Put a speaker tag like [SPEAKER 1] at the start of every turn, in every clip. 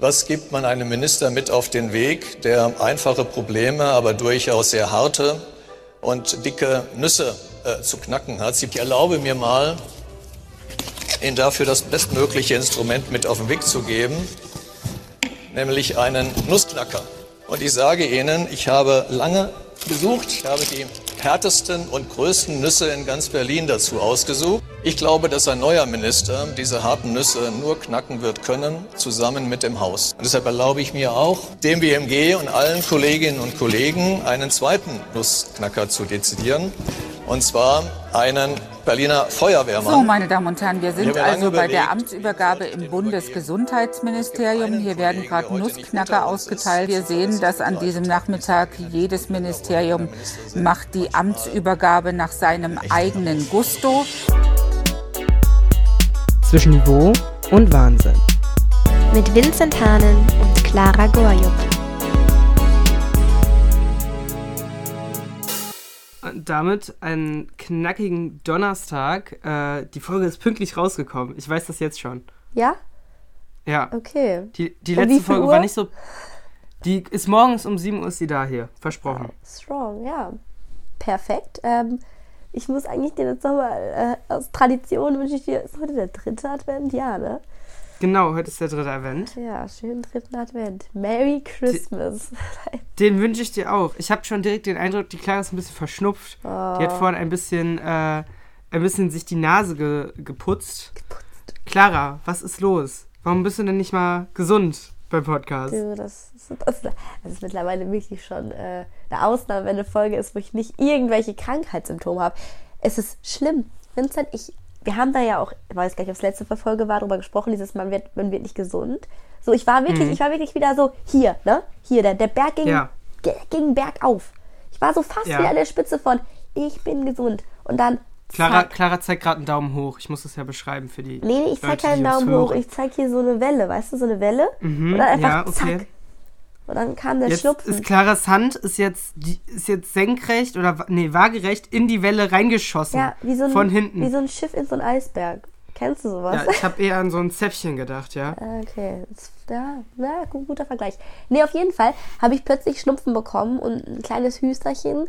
[SPEAKER 1] Was gibt man einem Minister mit auf den Weg, der einfache Probleme, aber durchaus sehr harte und dicke Nüsse zu knacken hat? Ich erlaube mir mal, Ihnen dafür das bestmögliche Instrument mit auf den Weg zu geben, nämlich einen Nussknacker. Und ich sage Ihnen, ich habe lange gesucht, ich habe die härtesten und größten Nüsse in ganz Berlin dazu ausgesucht. Ich glaube, dass ein neuer Minister diese harten Nüsse nur knacken wird können, zusammen mit dem Haus. Und deshalb erlaube ich mir auch, dem BMG und allen Kolleginnen und Kollegen einen zweiten Nussknacker zu dezidieren. Und zwar einen Berliner Feuerwehrmann.
[SPEAKER 2] So, meine Damen und Herren, wir sind also bei der Amtsübergabe im Bundesgesundheitsministerium. Hier werden gerade Nussknacker ausgeteilt. Wir sehen, dass an diesem Nachmittag jedes Ministerium macht die Amtsübergabe nach seinem eigenen Gusto.
[SPEAKER 3] Zwischen Niveau und Wahnsinn.
[SPEAKER 4] Mit Vincent Hahnen und Clara Gorjup.
[SPEAKER 3] Damit einen knackigen Donnerstag. Die Folge ist pünktlich rausgekommen. Ich weiß das jetzt schon.
[SPEAKER 4] Ja?
[SPEAKER 3] Ja.
[SPEAKER 4] Okay.
[SPEAKER 3] Die letzte Folge war nicht so... Die ist morgens um 7 Uhr ist die da hier. Versprochen.
[SPEAKER 4] Strong, ja. Perfekt. Ich muss eigentlich dir jetzt nochmal, aus Tradition wünsche ich dir, ist heute der 3. Advent? Ja, ne?
[SPEAKER 3] Genau, heute ist der 3. Advent.
[SPEAKER 4] Ja, schönen 3. Advent. Merry Christmas.
[SPEAKER 3] Den wünsche ich dir auch. Ich habe schon direkt den Eindruck, die Clara ist ein bisschen verschnupft. Die hat vorhin ein bisschen sich die Nase geputzt. Clara, was ist los? Warum bist du denn nicht mal gesund beim Podcast?
[SPEAKER 4] Du, das ist mittlerweile wirklich schon eine Ausnahme, wenn eine Folge ist, wo ich nicht irgendwelche Krankheitssymptome habe. Es ist schlimm. Vincent, wir haben da ja auch, ich weiß gar nicht, ob es letzte Folge war, darüber gesprochen, man wird nicht gesund. So, ich war wirklich wieder so, hier, ne? Hier, der Berg ging bergauf. Ich war so fast wieder an der Spitze von, ich bin gesund. Und dann,
[SPEAKER 3] Clara zeigt gerade einen Daumen hoch. Ich muss das ja beschreiben für die
[SPEAKER 4] Nee, ich zeig keinen Daumen hoch. Ich zeig hier so eine Welle, weißt du, so eine Welle. Und dann einfach zack. Und dann kam der Schnupfen.
[SPEAKER 3] Ist Claras Hand ist jetzt senkrecht oder waagerecht in die Welle reingeschossen. Ja, von hinten.
[SPEAKER 4] Wie so ein Schiff in so einen Eisberg. Kennst du sowas?
[SPEAKER 3] Ja, ich habe eher an so ein Zäpfchen gedacht, ja.
[SPEAKER 4] Okay, guter Vergleich. Nee, auf jeden Fall habe ich plötzlich Schnupfen bekommen und ein kleines Hüsterchen.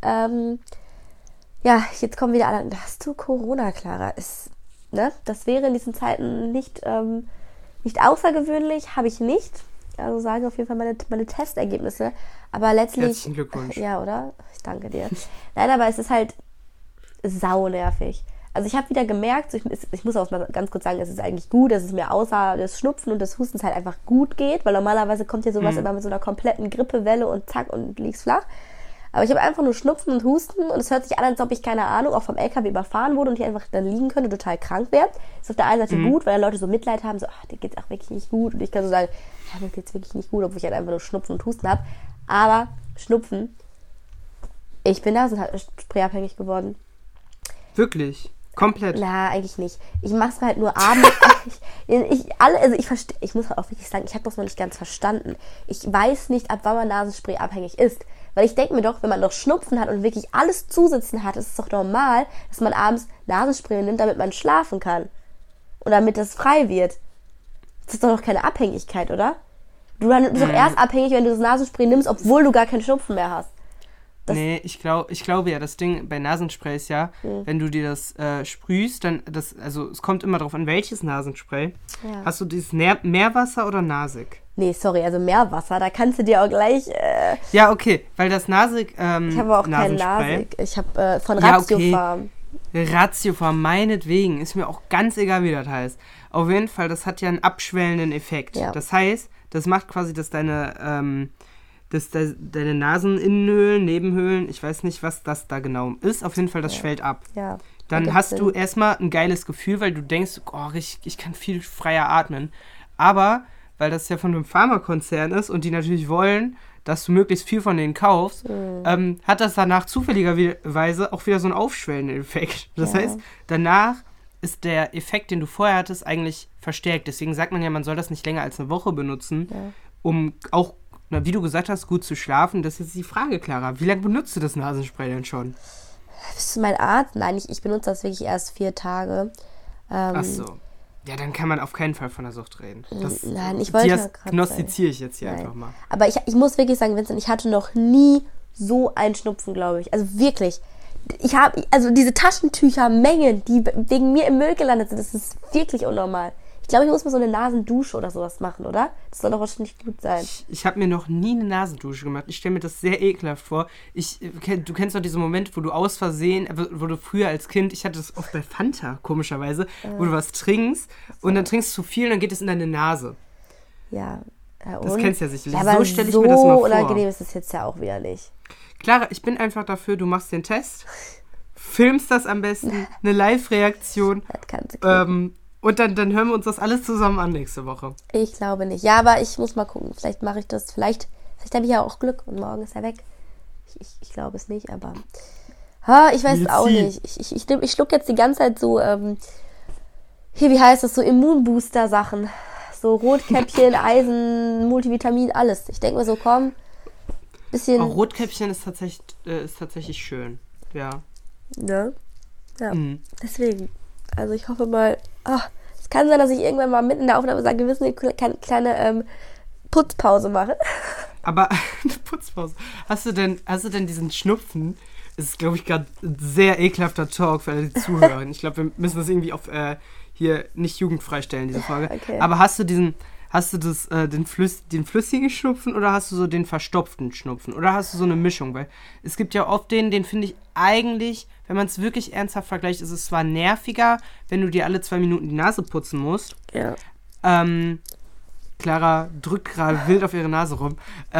[SPEAKER 4] Jetzt kommen wieder alle. Hast du Corona, Clara? Das wäre in diesen Zeiten nicht außergewöhnlich, habe ich nicht. Also sagen auf jeden Fall meine Testergebnisse. Aber letztlich...
[SPEAKER 3] Herzlichen Glückwunsch.
[SPEAKER 4] Ja, oder? Ich danke dir. Nein, aber es ist halt saunervig. Also ich habe wieder gemerkt, ich muss auch mal ganz kurz sagen, es ist eigentlich gut, dass es mir außer des Schnupfen und des Hustens halt einfach gut geht, weil normalerweise kommt ja sowas immer mit so einer kompletten Grippewelle und zack und liegst flach. Aber ich habe einfach nur Schnupfen und Husten und es hört sich an, als ob ich, keine Ahnung, auch vom LKW überfahren wurde und ich einfach dann liegen könnte, total krank wäre. Ist auf der einen Seite gut, weil dann Leute so Mitleid haben, so, dir geht's auch wirklich nicht gut. Und ich kann so sagen, mir geht's wirklich nicht gut, obwohl ich halt einfach nur Schnupfen und Husten habe. Aber Schnupfen, ich bin Nasenspray-abhängig geworden.
[SPEAKER 3] Wirklich? Komplett?
[SPEAKER 4] Na, eigentlich nicht. Ich mache es halt nur abends. Ich muss halt auch wirklich sagen, ich habe das noch nicht ganz verstanden. Ich weiß nicht, ab wann man Nasenspray abhängig ist. Weil ich denke mir doch, wenn man noch Schnupfen hat und wirklich alles zusitzen hat, ist es doch normal, dass man abends Nasenspray nimmt, damit man schlafen kann. Und damit das frei wird. Das ist doch noch keine Abhängigkeit, oder? Du bist doch erst abhängig, wenn du das Nasenspray nimmst, obwohl du gar keinen Schnupfen mehr hast.
[SPEAKER 3] Ich glaube ja, das Ding bei Nasenspray ist ja, wenn du dir das sprühst, dann, es kommt immer darauf an, welches Nasenspray. Ja. Hast du dieses Meerwasser oder Nasig?
[SPEAKER 4] Nee, sorry, also Meerwasser, da kannst du dir auch gleich...
[SPEAKER 3] Ja, okay, weil das Nasig
[SPEAKER 4] ich habe auch kein Nasig, ich habe von Ratiofarm.
[SPEAKER 3] Okay. Ratiofarm, meinetwegen, ist mir auch ganz egal, wie das heißt. Auf jeden Fall, das hat ja einen abschwellenden Effekt. Ja. Das heißt, das macht quasi, dass deine Naseninnenhöhlen, Nebenhöhlen, ich weiß nicht, was das da genau ist, auf jeden Fall, das schwellt ab. Ja. Dann hast du erstmal ein geiles Gefühl, weil du denkst, ich kann viel freier atmen. Aber, weil das ja von einem Pharmakonzern ist und die natürlich wollen, dass du möglichst viel von denen kaufst, hat das danach zufälligerweise auch wieder so einen aufschwellenden Effekt. Das heißt, danach ist der Effekt, den du vorher hattest, eigentlich verstärkt. Deswegen sagt man ja, man soll das nicht länger als eine Woche benutzen, um auch, wie du gesagt hast, gut zu schlafen. Das ist jetzt die Frage, Clara. Wie lange benutzt du das Nasenspray denn schon?
[SPEAKER 4] Bist du mein Arzt? Nein, ich benutze das wirklich erst 4 Tage.
[SPEAKER 3] Ach so. Ja, dann kann man auf keinen Fall von der Sucht reden.
[SPEAKER 4] Nein, ich wollte gerade
[SPEAKER 3] diagnostiziere ich jetzt hier einfach mal.
[SPEAKER 4] Aber ich muss wirklich sagen, Vincent, ich hatte noch nie so einen Schnupfen, glaube ich. Also wirklich. Also diese Taschentüchermengen, die wegen mir im Müll gelandet sind, das ist wirklich unnormal. Ich glaube, ich muss mal so eine Nasendusche oder sowas machen, oder? Das soll doch wahrscheinlich gut sein.
[SPEAKER 3] Ich habe mir noch nie eine Nasendusche gemacht. Ich stelle mir das sehr ekelhaft vor. Du kennst doch diese Momente, wo du aus Versehen, wo du früher als Kind, ich hatte das oft bei Fanta, komischerweise, wo du was trinkst und dann trinkst du zu viel und dann geht es in deine Nase.
[SPEAKER 4] Ja.
[SPEAKER 3] Das kennst du ja sicherlich.
[SPEAKER 4] Ja, aber
[SPEAKER 3] so stelle ich mir das mal vor.
[SPEAKER 4] Unangenehm ist das jetzt ja auch wieder nicht.
[SPEAKER 3] Clara, ich bin einfach dafür, du machst den Test, filmst das am besten, eine Live-Reaktion. Das kannst du und dann hören wir uns das alles zusammen an nächste Woche.
[SPEAKER 4] Ich glaube nicht. Ja, aber ich muss mal gucken. Vielleicht mache ich das. Vielleicht habe ich ja auch Glück und morgen ist er weg. Ich glaube es nicht, aber ich weiß es auch nicht. Ich schluck jetzt die ganze Zeit so, hier, wie heißt das, so Immunbooster-Sachen. So Rotkäppchen, Eisen, Multivitamin, alles. Ich denke mir so, komm, bisschen...
[SPEAKER 3] Auch Rotkäppchen ist tatsächlich schön, ja.
[SPEAKER 4] Ne? Ja, deswegen. Also ich hoffe mal, es kann sein, dass ich irgendwann mal mitten in der Aufnahme sage, wir müssen eine kleine Putzpause machen.
[SPEAKER 3] Aber eine Putzpause. Hast du denn diesen Schnupfen? Das ist, glaube ich, gerade ein sehr eklhafter Talk für alle, die zuhören. Ich glaube, wir müssen das irgendwie auf hier nicht jugendfrei stellen, diese Folge. Okay. Aber hast du den flüssigen Schnupfen oder hast du so den verstopften Schnupfen? Oder hast du so eine Mischung? Weil es gibt ja oft den finde ich eigentlich, wenn man es wirklich ernsthaft vergleicht, ist es zwar nerviger, wenn du dir alle 2 Minuten die Nase putzen musst.
[SPEAKER 4] Ja.
[SPEAKER 3] Clara drückt gerade wild auf ihre Nase rum.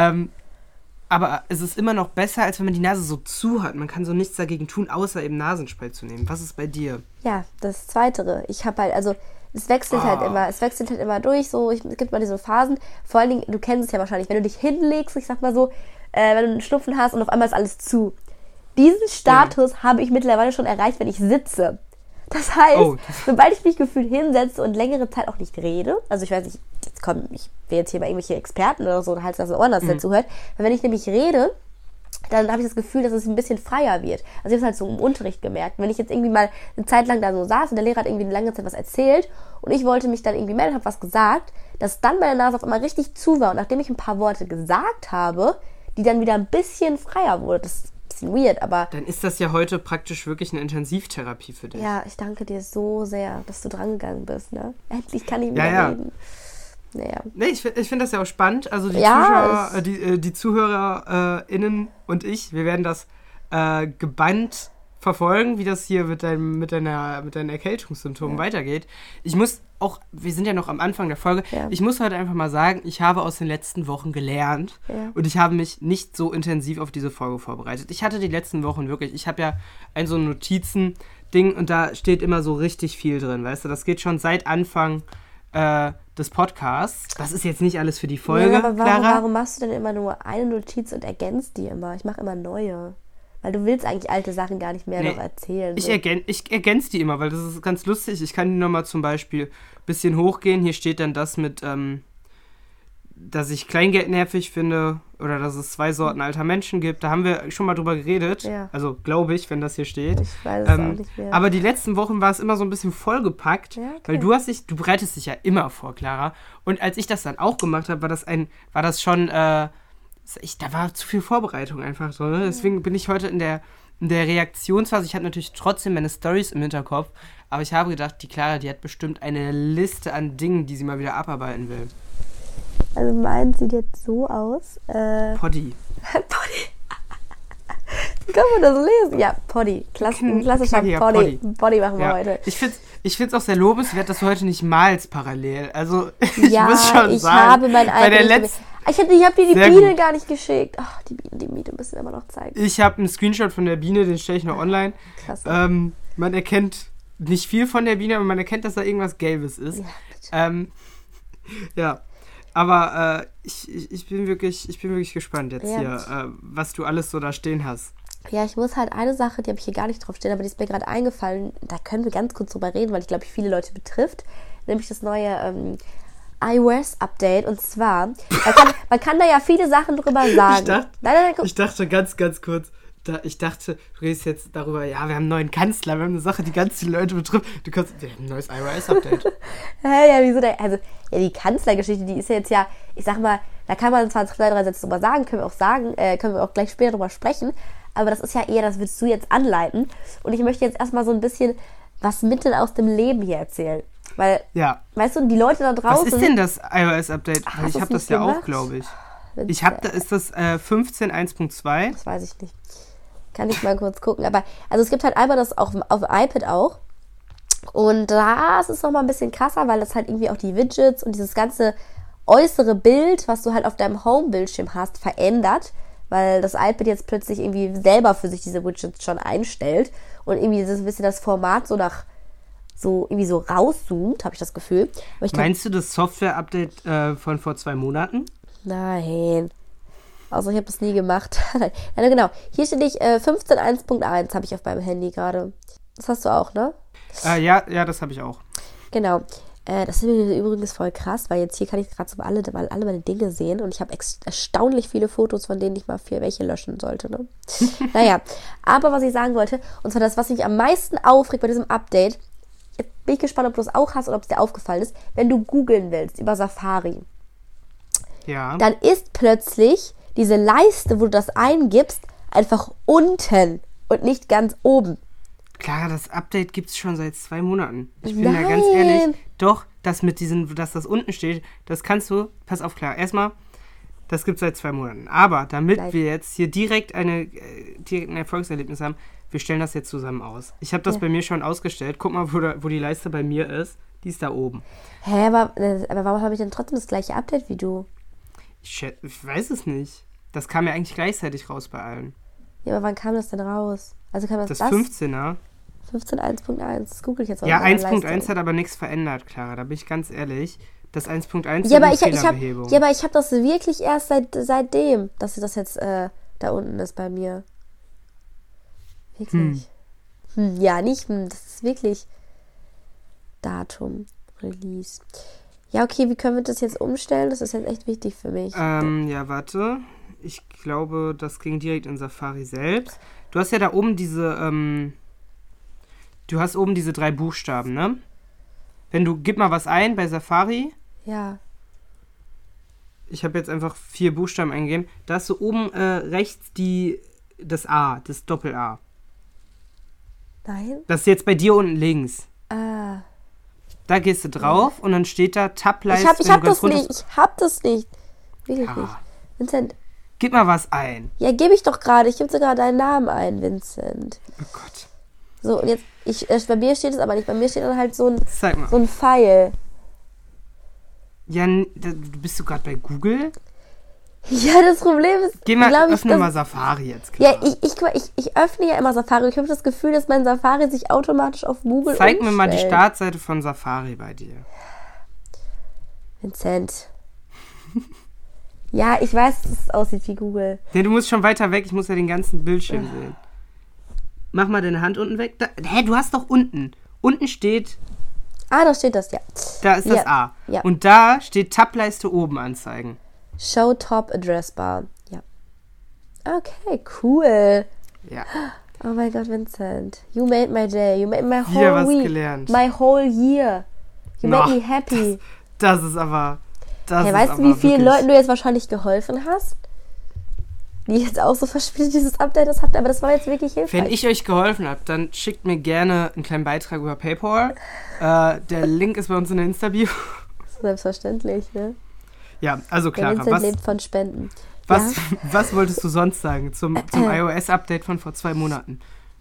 [SPEAKER 3] Aber es ist immer noch besser, als wenn man die Nase so zu hat. Man kann so nichts dagegen tun, außer eben Nasenspray zu nehmen. Was ist bei dir?
[SPEAKER 4] Ja, das Zweitere. Ich habe halt, also es wechselt halt immer durch. So, es gibt mal diese Phasen. Vor allen Dingen, du kennst es ja wahrscheinlich, wenn du dich hinlegst, ich sag mal so, wenn du einen Schnupfen hast und auf einmal ist alles zu. Diesen Status habe ich mittlerweile schon erreicht, wenn ich sitze. Das heißt, sobald ich mich gefühlt hinsetze und längere Zeit auch nicht rede, also ich weiß nicht, ich will jetzt hier mal irgendwelche Experten oder so, Hals, Nase, Ohren, das dazu hört, weil wenn ich nämlich rede, dann habe ich das Gefühl, dass es ein bisschen freier wird. Also ich habe es halt so im Unterricht gemerkt. Wenn ich jetzt irgendwie mal eine Zeit lang da so saß und der Lehrer hat irgendwie eine lange Zeit was erzählt und ich wollte mich dann irgendwie melden, habe was gesagt, dass dann meine Nase auf einmal richtig zu war und nachdem ich ein paar Worte gesagt habe, die dann wieder ein bisschen freier wurde. Das ist ein bisschen weird, aber...
[SPEAKER 3] Dann ist das ja heute praktisch wirklich eine Intensivtherapie für dich.
[SPEAKER 4] Ja, ich danke dir so sehr, dass du drangegangen bist, ne? Endlich kann ich wieder reden. Naja.
[SPEAKER 3] Nee, ich finde das ja auch spannend. Also die ZuhörerInnen und ich, wir werden das gebannt verfolgen, wie das hier mit deinen Erkältungssymptomen weitergeht. Wir sind ja noch am Anfang der Folge, ich muss heute einfach mal sagen, ich habe aus den letzten Wochen gelernt und ich habe mich nicht so intensiv auf diese Folge vorbereitet. Ich hatte die letzten Wochen wirklich, ich habe ja so ein Notizen-Ding und da steht immer so richtig viel drin, weißt du, das geht schon seit Anfang des Podcasts. Das ist jetzt nicht alles für die Folge,
[SPEAKER 4] aber
[SPEAKER 3] Clara.
[SPEAKER 4] Warum machst du denn immer nur eine Notiz und ergänzt die immer? Ich mache immer neue. Weil du willst eigentlich alte Sachen gar nicht mehr noch erzählen.
[SPEAKER 3] Ich ergänze die immer, weil das ist ganz lustig. Ich kann die nochmal zum Beispiel ein bisschen hochgehen. Hier steht dann das mit, dass ich Kleingeld nervig finde oder dass es 2 Sorten alter Menschen gibt. Da haben wir schon mal drüber geredet. Ja. Also glaube ich, wenn das hier steht. Ich weiß es auch nicht mehr. Aber die letzten Wochen war es immer so ein bisschen vollgepackt, weil du bereitest dich ja immer vor, Clara. Und als ich das dann auch gemacht habe, war das schon, da war zu viel Vorbereitung einfach so. Ne? Deswegen bin ich heute in der Reaktionsphase. Ich habe natürlich trotzdem meine Storys im Hinterkopf, aber ich habe gedacht, die Clara, die hat bestimmt eine Liste an Dingen, die sie mal wieder abarbeiten will.
[SPEAKER 4] Also meins sieht jetzt so aus.
[SPEAKER 3] Poddy.
[SPEAKER 4] Poddy. Kann man das lesen? Ja, Poddy. Klassischer Poddy. Poddy machen wir heute.
[SPEAKER 3] Ich find's auch sehr lobenswert, dass du heute nicht malst parallel. Also, ich muss schon sagen.
[SPEAKER 4] Ich habe mein eigenes... Ich habe dir die Biene gar nicht geschickt. Ach, die Biene müssen wir immer noch zeigen.
[SPEAKER 3] Ich habe einen Screenshot von der Biene, den stelle ich noch online. Klasse. Man erkennt nicht viel von der Biene, aber man erkennt, dass da irgendwas Gelbes ist. Ja, bitte. Ja. Aber ich bin wirklich gespannt jetzt hier, was du alles so da stehen hast.
[SPEAKER 4] Ja, ich muss halt eine Sache, die habe ich hier gar nicht drauf stehen, aber die ist mir gerade eingefallen. Da können wir ganz kurz drüber reden, weil ich glaube, viele Leute betrifft. Nämlich das neue iOS-Update. Und zwar, man kann da ja viele Sachen drüber sagen.
[SPEAKER 3] Ich dachte ganz, ganz kurz, Ich dachte, du redest jetzt darüber, ja, wir haben einen neuen Kanzler, wir haben eine Sache, die ganz viele Leute betrifft. Wir haben ein neues iOS-Update.
[SPEAKER 4] Ja, wieso denn? Also, ja, die Kanzlergeschichte, die ist jetzt ja, ich sag mal, da kann man zwar 2, 3 Sätze drüber sagen, können wir auch gleich später drüber sprechen, aber das ist ja eher, das willst du jetzt anleiten. Und ich möchte jetzt erstmal so ein bisschen was mitten aus dem Leben hier erzählen. Weil, weißt du, die Leute da draußen...
[SPEAKER 3] Was ist denn das iOS-Update? Ich habe das ja auch, glaube ich. Ist das 15.1.2?
[SPEAKER 4] Das weiß ich nicht. Kann ich mal kurz gucken. Aber, also es gibt halt einmal das auch auf dem iPad auch. Und da ist es nochmal ein bisschen krasser, weil das halt irgendwie auch die Widgets und dieses ganze äußere Bild, was du halt auf deinem Home-Bildschirm hast, verändert. Weil das iPad jetzt plötzlich irgendwie selber für sich diese Widgets schon einstellt. Und irgendwie ist ein bisschen das Format so irgendwie so rauszoomt, habe ich das Gefühl.
[SPEAKER 3] Meinst du das Software-Update von vor 2 Monaten?
[SPEAKER 4] Nein. Also ich habe das nie gemacht. Nein, genau. Hier steht 15.1.1 habe ich auf meinem Handy gerade. Das hast du auch, ne?
[SPEAKER 3] Ja, das habe ich auch.
[SPEAKER 4] Genau. Das ist übrigens voll krass, weil jetzt hier kann ich gerade so alle meine Dinge sehen und ich habe erstaunlich viele Fotos, von denen ich mal welche löschen sollte, ne? Naja, aber was ich sagen wollte, und zwar das, was mich am meisten aufregt bei diesem Update, jetzt bin ich gespannt, ob du das auch hast oder ob es dir aufgefallen ist, wenn du googeln willst über Safari.
[SPEAKER 3] Ja.
[SPEAKER 4] Dann ist plötzlich diese Leiste, wo du das eingibst, einfach unten und nicht ganz oben.
[SPEAKER 3] Klar, das Update gibt es schon seit 2 Monaten. Ich bin da ganz ehrlich, doch, dass das unten steht, das kannst du, pass auf, klar, erstmal, das gibt es seit 2 Monaten. Aber damit wir jetzt hier direkt ein Erfolgserlebnis haben, wir stellen das jetzt zusammen aus. Ich habe das bei mir schon ausgestellt. Guck mal, wo die Leiste bei mir ist. Die ist da oben.
[SPEAKER 4] Hä, aber warum habe ich denn trotzdem das gleiche Update wie du?
[SPEAKER 3] Ich weiß es nicht. Das kam ja eigentlich gleichzeitig raus bei allen.
[SPEAKER 4] Ja, aber wann kam das denn raus? Also kam das
[SPEAKER 3] 15er.
[SPEAKER 4] 15.1.1, das google ich jetzt auch.
[SPEAKER 3] Ja, 1.1 hat aber nichts verändert, Clara. Da bin ich ganz ehrlich. Das 1.1 ist
[SPEAKER 4] die
[SPEAKER 3] Fehlerbehebung.
[SPEAKER 4] Ja, aber ich habe das wirklich erst seitdem, dass das jetzt da unten ist bei mir. Wirklich. Ja, nicht, das ist wirklich Datum, Release. Ja, okay, wie können wir das jetzt umstellen? Das ist jetzt echt wichtig für mich.
[SPEAKER 3] Ja, warte. Ich glaube, das ging direkt in Safari selbst. Du hast ja da oben diese 3 Buchstaben, ne? Gib mal was ein bei Safari.
[SPEAKER 4] Ja.
[SPEAKER 3] Ich habe jetzt einfach 4 Buchstaben eingegeben. Da hast du oben rechts das A, das Doppel-A.
[SPEAKER 4] Nein?
[SPEAKER 3] Das ist jetzt bei dir unten links.
[SPEAKER 4] Ah.
[SPEAKER 3] Da gehst du drauf und dann steht da Tab-Leiste.
[SPEAKER 4] Ich hab das nicht. Wirklich nicht. Vincent.
[SPEAKER 3] Gib mal was ein.
[SPEAKER 4] Ja, gebe ich doch gerade. Ich gebe sogar deinen Namen ein, Vincent.
[SPEAKER 3] Oh Gott.
[SPEAKER 4] So, und jetzt, bei mir steht es aber nicht. Bei mir steht dann halt so ein
[SPEAKER 3] Pfeil. Ja, bist du gerade bei Google?
[SPEAKER 4] Ja, das Problem ist,
[SPEAKER 3] öffne mal Safari jetzt. Klar.
[SPEAKER 4] Ja, ich öffne ja immer Safari. Ich habe das Gefühl, dass mein Safari sich automatisch auf Google
[SPEAKER 3] Zeig mir mal die Startseite von Safari bei dir.
[SPEAKER 4] Vincent. Ja, ich weiß, dass es aussieht wie Google.
[SPEAKER 3] Nee, du musst schon weiter weg. Ich muss ja den ganzen Bildschirm sehen. Mach mal deine Hand unten weg. Du hast doch unten. Unten steht...
[SPEAKER 4] da steht das, ja.
[SPEAKER 3] Da ist das A.
[SPEAKER 4] Ja.
[SPEAKER 3] Und da steht Tab-Leiste oben anzeigen.
[SPEAKER 4] Show Top Address Bar. Ja. Okay, cool.
[SPEAKER 3] Ja.
[SPEAKER 4] Oh mein Gott, Vincent. You made my day. You made my whole
[SPEAKER 3] Wieder was
[SPEAKER 4] week.
[SPEAKER 3] Gelernt.
[SPEAKER 4] My whole year. You made me happy.
[SPEAKER 3] Das ist aber...
[SPEAKER 4] weißt du, wie vielen Leuten du jetzt wahrscheinlich geholfen hast? Die jetzt auch so verspielt dieses Update das hatten, aber das war jetzt wirklich hilfreich.
[SPEAKER 3] Wenn ich euch geholfen habe, dann schickt mir gerne einen kleinen Beitrag über PayPal. Der Link ist bei uns in der Insta-Bio.
[SPEAKER 4] Selbstverständlich, ne?
[SPEAKER 3] Ja, also Clara,
[SPEAKER 4] was lebt von Spenden.
[SPEAKER 3] Was wolltest du sonst sagen zum iOS-Update von vor 2 Monaten?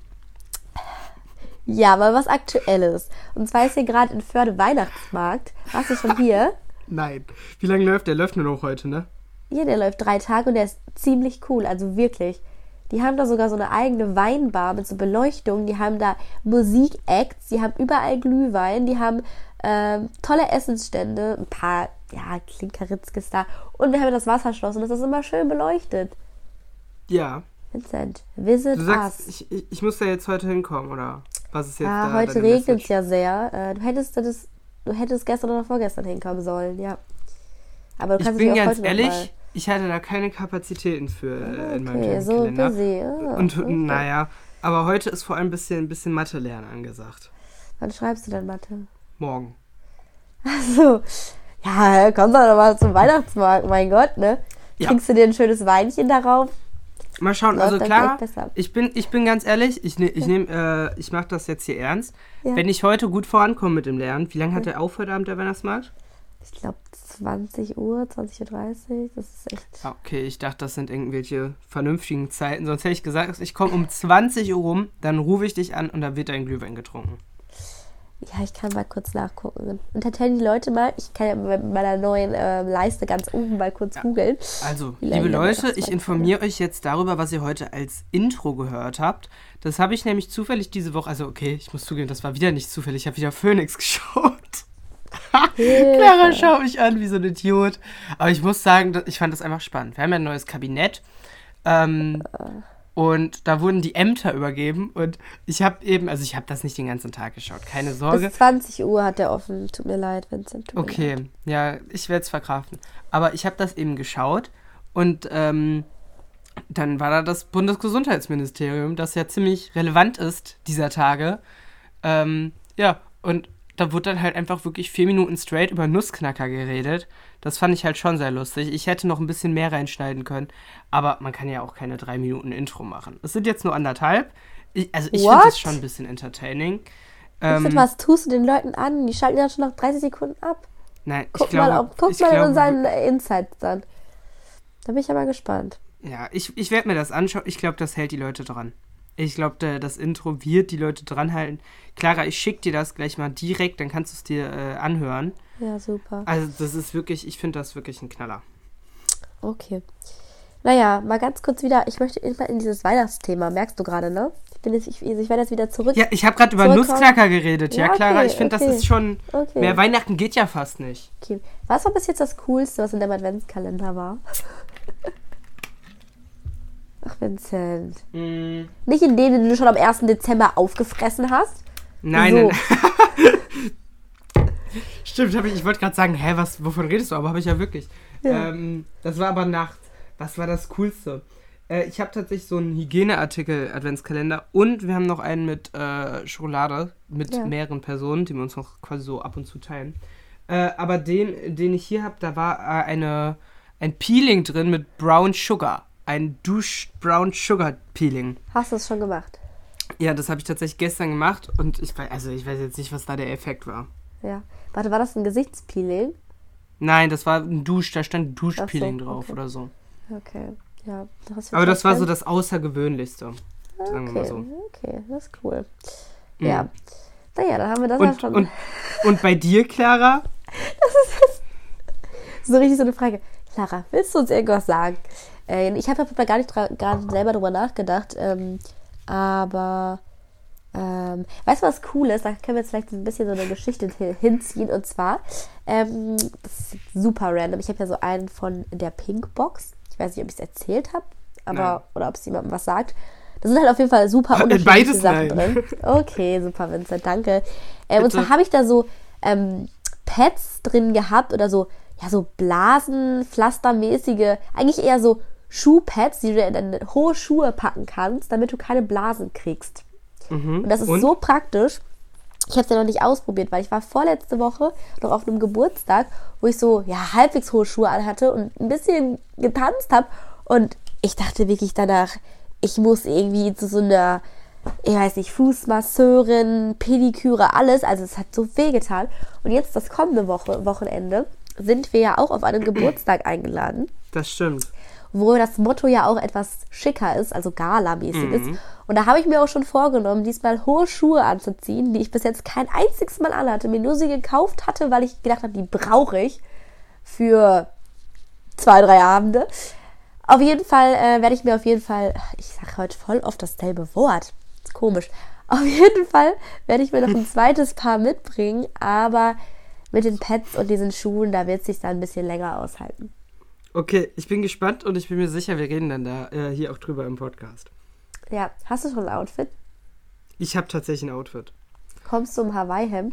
[SPEAKER 4] Ja, aber was Aktuelles. Und zwar ist hier gerade in Förde Weihnachtsmarkt. Warst du schon hier?
[SPEAKER 3] Nein. Wie lange läuft der? Läuft nur noch heute, ne?
[SPEAKER 4] Ja, der läuft 3 Tage und der ist ziemlich cool, also wirklich. Die haben da sogar so eine eigene Weinbar mit so Beleuchtung, die haben da Musik-Acts, die haben überall Glühwein, die haben tolle Essensstände, ein paar, Klinkeritzkes da und wir haben das Wasserschloss und das ist immer schön beleuchtet.
[SPEAKER 3] Ja.
[SPEAKER 4] Vincent, visit
[SPEAKER 3] du sagst,
[SPEAKER 4] us.
[SPEAKER 3] Ich muss da jetzt heute hinkommen, oder? Was ist jetzt da
[SPEAKER 4] heute regnet es ja sehr. Du hättest gestern oder vorgestern hinkommen sollen, ja. Aber du kannst
[SPEAKER 3] ich bin
[SPEAKER 4] auch
[SPEAKER 3] ganz
[SPEAKER 4] heute
[SPEAKER 3] ehrlich, ich hatte da keine Kapazitäten für in meinem Terminkalender. So busy. Naja, aber heute ist vor allem ein bisschen Mathe lernen angesagt.
[SPEAKER 4] Wann schreibst du denn Mathe?
[SPEAKER 3] Morgen.
[SPEAKER 4] Achso. Ja, komm doch mal zum Weihnachtsmarkt, mein Gott, ne? Ja. Trinkst du dir ein schönes Weinchen darauf?
[SPEAKER 3] Mal schauen, also klar, ich bin ganz ehrlich, ich mache das jetzt hier ernst. Ja. Wenn ich heute gut vorankomme mit dem Lernen, wie lange hat der auf heute Abend, der Weihnachtsmarkt?
[SPEAKER 4] Ich glaube 20 Uhr, 20.30 Uhr, das ist echt...
[SPEAKER 3] Okay, ich dachte, das sind irgendwelche vernünftigen Zeiten, sonst hätte ich gesagt, ich komme um 20 Uhr rum, dann rufe ich dich an und dann wird ein Glühwein getrunken.
[SPEAKER 4] Ja, ich kann mal kurz nachgucken. Entertain die Leute mal. Ich kann ja mit meiner neuen Leiste ganz oben mal kurz googeln.
[SPEAKER 3] Also, liebe Leute, ich informiere euch jetzt darüber, was ihr heute als Intro gehört habt. Das habe ich nämlich zufällig diese Woche, also okay, ich muss zugeben, das war wieder nicht zufällig. Ich habe wieder Phoenix geschaut. Clara schaut mich an wie so ein Idiot. Aber ich muss sagen, ich fand das einfach spannend. Wir haben ja ein neues Kabinett. Und da wurden die Ämter übergeben und ich habe das nicht den ganzen Tag geschaut, keine Sorge.
[SPEAKER 4] Bis 20 Uhr hat der offen, tut mir leid, Vincent.
[SPEAKER 3] Okay, ja, ich werde es verkraften. Aber ich habe das eben geschaut und dann war da das Bundesgesundheitsministerium, das ja ziemlich relevant ist dieser Tage. Ja, und da wurde dann halt einfach wirklich 4 Minuten straight über Nussknacker geredet. Das fand ich halt schon sehr lustig. Ich hätte noch ein bisschen mehr reinschneiden können, aber man kann ja auch keine 3 Minuten Intro machen. Es sind jetzt nur 1,5. Ich finde das schon ein bisschen entertaining.
[SPEAKER 4] Was tust du den Leuten an? Die schalten ja schon nach 30 Sekunden ab.
[SPEAKER 3] Nein,
[SPEAKER 4] guck mal in seinen Insights dann. Da bin ich aber gespannt.
[SPEAKER 3] Ja, ich werde mir das anschauen. Ich glaube, das hält die Leute dran. Ich glaube, das Intro wird die Leute dran halten. Clara, ich schicke dir das gleich mal direkt, dann kannst du es dir anhören.
[SPEAKER 4] Ja, super.
[SPEAKER 3] Also das ist wirklich, ich finde das wirklich ein Knaller.
[SPEAKER 4] Okay. Naja, mal ganz kurz wieder, ich möchte irgendwann in dieses Weihnachtsthema, merkst du gerade, ne? Ich werde jetzt wieder zurück.
[SPEAKER 3] Ja, ich habe gerade über Nussknacker geredet, ja, Clara, ich finde, das ist schon, mehr Weihnachten geht ja fast nicht.
[SPEAKER 4] Okay. Was war bis jetzt das Coolste, was in deinem Adventskalender war? Ach, Vincent. Nicht in denen, die du schon am 1. Dezember aufgefressen hast?
[SPEAKER 3] Nein, so. Stimmt, ich wollte gerade sagen, wovon redest du? Aber habe ich ja wirklich. Ja. Das war aber nachts. Was war das Coolste? Ich habe tatsächlich so einen Hygieneartikel-Adventskalender und wir haben noch einen mit Schokolade mit mehreren Personen, die wir uns noch quasi so ab und zu teilen. Aber den ich hier habe, da war ein Peeling drin mit Brown Sugar. Ein Brown Sugar Peeling.
[SPEAKER 4] Hast du es schon gemacht?
[SPEAKER 3] Ja, das habe ich tatsächlich gestern gemacht und ich weiß jetzt nicht, was da der Effekt war.
[SPEAKER 4] Ja. Warte, war das ein Gesichtspeeling?
[SPEAKER 3] Nein, das war ein da stand Duschpeeling drauf oder so.
[SPEAKER 4] Okay, ja.
[SPEAKER 3] Aber das war so das Außergewöhnlichste, sagen wir mal so.
[SPEAKER 4] Okay, das ist cool. Ja. Naja, dann haben wir das ja schon.
[SPEAKER 3] Und bei dir, Clara?
[SPEAKER 4] Das ist so richtig so eine Frage. Clara, willst du uns irgendwas sagen? Ich habe da gar nicht gerade selber drüber nachgedacht, aber weißt du, was cool ist? Da können wir jetzt vielleicht ein bisschen so eine Geschichte hinziehen. Und zwar, das ist super random. Ich habe ja so einen von der Pinkbox. Ich weiß nicht, ob ich es erzählt habe, oder ob es jemandem was sagt. Da sind halt auf jeden Fall super unterschiedliche Sachen drin. Okay, super, Vincent, danke. Und zwar habe ich da so Pads drin gehabt oder so, ja, so Blasenpflastermäßige, eigentlich eher so Schuhpads, die du in hohe Schuhe packen kannst, damit du keine Blasen kriegst. Und das ist so praktisch. Ich habe es ja noch nicht ausprobiert, weil ich war vorletzte Woche noch auf einem Geburtstag, wo ich so halbwegs hohe Schuhe anhatte und ein bisschen getanzt habe. Und ich dachte wirklich danach, ich muss irgendwie zu so einer, ich weiß nicht, Fußmasseurin, Pediküre, alles. Also es hat so wehgetan. Und jetzt das kommende Wochenende sind wir ja auch auf einen Geburtstag eingeladen.
[SPEAKER 3] Das stimmt.
[SPEAKER 4] Wo das Motto ja auch etwas schicker ist, also Gala-mäßig ist. Und da habe ich mir auch schon vorgenommen, diesmal hohe Schuhe anzuziehen, die ich bis jetzt kein einziges Mal anhatte, mir nur sie gekauft hatte, weil ich gedacht habe, die brauche ich für 2-3 Abende. Auf jeden Fall werde ich mir ich sage heute voll oft dasselbe Wort, das ist komisch, auf jeden Fall werde ich mir noch ein zweites Paar mitbringen, aber mit den Pads und diesen Schuhen, da wird es sich dann ein bisschen länger aushalten.
[SPEAKER 3] Okay, ich bin gespannt und ich bin mir sicher, wir reden dann da hier auch drüber im Podcast.
[SPEAKER 4] Ja, hast du schon ein Outfit?
[SPEAKER 3] Ich habe tatsächlich ein Outfit.
[SPEAKER 4] Kommst du im Hawaii-Hemd?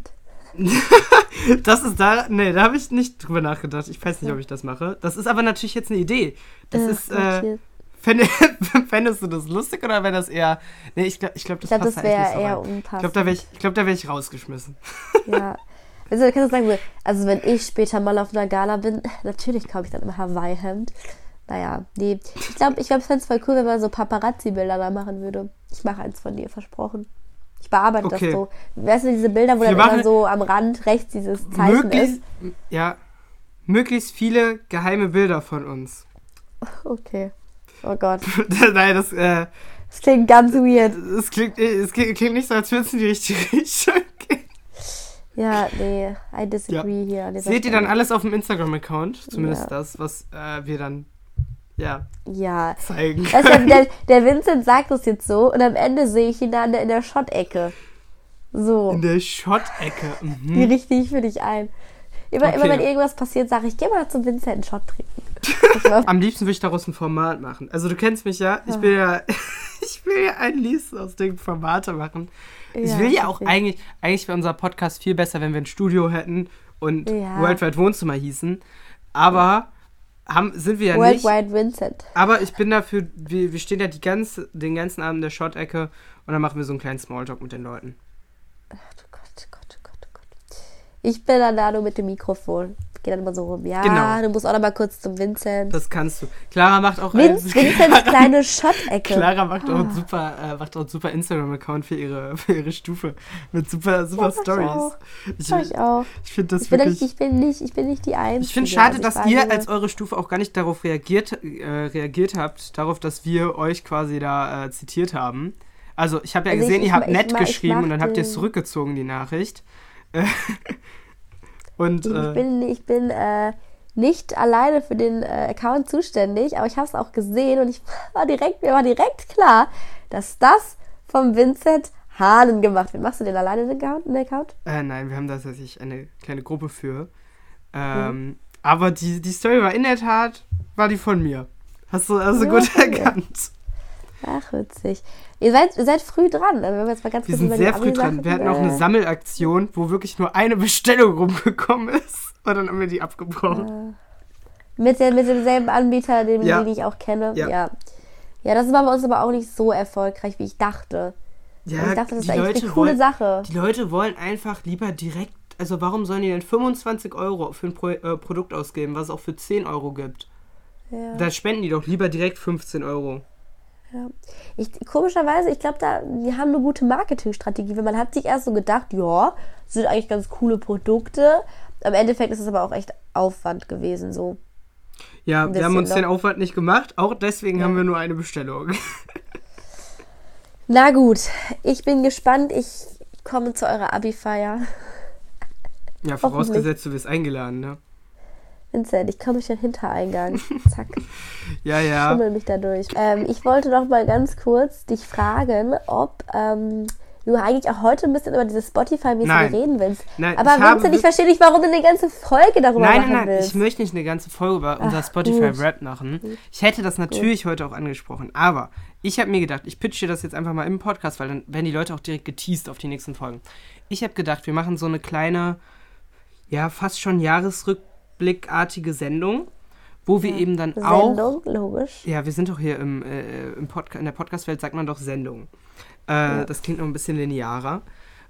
[SPEAKER 3] Das ist da, nee, da habe ich nicht drüber nachgedacht. Ich weiß nicht, ob ich das mache. Das ist aber natürlich jetzt eine Idee. Das ist, fändest du das lustig oder wäre das eher, nee, ich glaube, das passt
[SPEAKER 4] das wäre
[SPEAKER 3] nicht so
[SPEAKER 4] eher
[SPEAKER 3] rein.
[SPEAKER 4] unpassend.
[SPEAKER 3] Ich glaube, da wäre ich rausgeschmissen.
[SPEAKER 4] Ja. Also, du kannst sagen, also wenn ich später mal auf einer Gala bin, natürlich kaufe ich dann immer Hawaii-Hemd. Naja, nee. Ich glaube, ich fände es voll cool, wenn man so Paparazzi-Bilder da machen würde. Ich mache eins von dir, versprochen. Ich bearbeite das so. Weißt du, diese Bilder, wo dann immer so am Rand rechts dieses Zeichen ist?
[SPEAKER 3] Ja, möglichst viele geheime Bilder von uns.
[SPEAKER 4] Okay. Oh Gott.
[SPEAKER 3] Nein, das
[SPEAKER 4] klingt ganz weird.
[SPEAKER 3] Es klingt nicht so, als würde es in die richtige Richtung gehen.
[SPEAKER 4] Ja, nee, I disagree hier.
[SPEAKER 3] Seht ihr dann alles auf dem Instagram-Account? Zumindest das, was wir dann zeigen.
[SPEAKER 4] Der Vincent sagt das jetzt so und am Ende sehe ich ihn dann in der Schott-Ecke. So.
[SPEAKER 3] In der Schott-Ecke. Mhm.
[SPEAKER 4] Die richte ich für dich ein. Immer wenn irgendwas passiert, sage ich, geh mal zum Vincent einen Shot trinken.
[SPEAKER 3] Am liebsten würde ich daraus ein Format machen. Also du kennst mich ja. Ich will ja ein Lied aus den Formate machen. Ich will ja auch eigentlich wäre unser Podcast viel besser, wenn wir ein Studio hätten und Worldwide Wohnzimmer hießen. Aber sind wir ja nicht.
[SPEAKER 4] Worldwide Vincent.
[SPEAKER 3] Aber ich bin dafür, wir stehen ja den ganzen Abend in der Shot-Ecke und dann machen wir so einen kleinen Smalltalk mit den Leuten.
[SPEAKER 4] Ach du Gott. Ich bin dann da nur mit dem Mikrofon. Gehe dann immer so rum. Ja, genau. Du musst auch noch mal kurz zum Vincent.
[SPEAKER 3] Das kannst du. Clara macht auch
[SPEAKER 4] Vincents kleine Shot-Ecke.
[SPEAKER 3] Clara macht auch einen super Instagram-Account für ihre Stufe. Mit super Stories.
[SPEAKER 4] Ich auch.
[SPEAKER 3] Ich finde das
[SPEAKER 4] ich bin nicht die Einzige.
[SPEAKER 3] Ich finde es schade, dass ihr als eure Stufe auch gar nicht darauf reagiert habt, darauf, dass wir euch quasi da zitiert haben. Also ich habe ja gesehen, ihr habt nett geschrieben und dann habt ihr es zurückgezogen, die Nachricht. Und,
[SPEAKER 4] ich bin nicht alleine für den Account zuständig, aber ich habe es auch gesehen und mir war direkt klar, dass das vom Vincent Hahnen gemacht wird. Machst du den alleine den Account?
[SPEAKER 3] Nein, wir haben da tatsächlich eine kleine Gruppe für. Aber die Story war in der Tat, war die von mir. Hast du gut erkannt.
[SPEAKER 4] Ach, witzig. Ihr seid früh dran. Also wenn wir jetzt mal ganz
[SPEAKER 3] wir sind sehr früh dran. Wir hatten auch eine Sammelaktion, wo wirklich nur eine Bestellung rumgekommen ist. Und dann haben wir die abgebrochen.
[SPEAKER 4] Mit demselben Anbieter, den ich auch kenne. Ja, das war bei uns aber auch nicht so erfolgreich, wie ich dachte.
[SPEAKER 3] Ja,
[SPEAKER 4] ich dachte, das ist eigentlich eine coole Sache.
[SPEAKER 3] Die Leute wollen einfach lieber direkt, also warum sollen die denn 25 € für ein Produkt ausgeben, was es auch für 10 € gibt? Ja. Da spenden die doch lieber direkt 15 €.
[SPEAKER 4] Ja. Komischerweise, ich glaube, die haben eine gute Marketingstrategie, weil man hat sich erst so gedacht, ja, sind eigentlich ganz coole Produkte. Am Endeffekt ist es aber auch echt Aufwand gewesen, so.
[SPEAKER 3] Ja, wir haben uns den Aufwand nicht gemacht, auch deswegen haben wir nur eine Bestellung.
[SPEAKER 4] Na gut, ich bin gespannt, ich komme zu eurer Abi-Feier.
[SPEAKER 3] Ja, vorausgesetzt, du wirst eingeladen, ne?
[SPEAKER 4] Vincent, ich komme durch den Hintereingang. Zack.
[SPEAKER 3] Ja.
[SPEAKER 4] Schummel mich da durch. Ich wollte noch mal ganz kurz dich fragen, ob du eigentlich auch heute ein bisschen über dieses Spotify-mäßige reden willst.
[SPEAKER 3] Nein,
[SPEAKER 4] aber Vincent, ich verstehe nicht, warum du eine ganze Folge darüber machen willst.
[SPEAKER 3] Nein, ich möchte nicht eine ganze Folge über unser Spotify-Rap machen. Ich hätte das natürlich heute auch angesprochen, aber ich habe mir gedacht, ich pitche das jetzt einfach mal im Podcast, weil dann werden die Leute auch direkt geteased auf die nächsten Folgen. Ich habe gedacht, wir machen so eine kleine, fast schon Jahresrückblickartige Sendung, wo wir eben dann auch...
[SPEAKER 4] Sendung, logisch.
[SPEAKER 3] Ja, wir sind doch hier in der Podcast-Welt, sagt man doch Sendung. Das klingt noch ein bisschen linearer.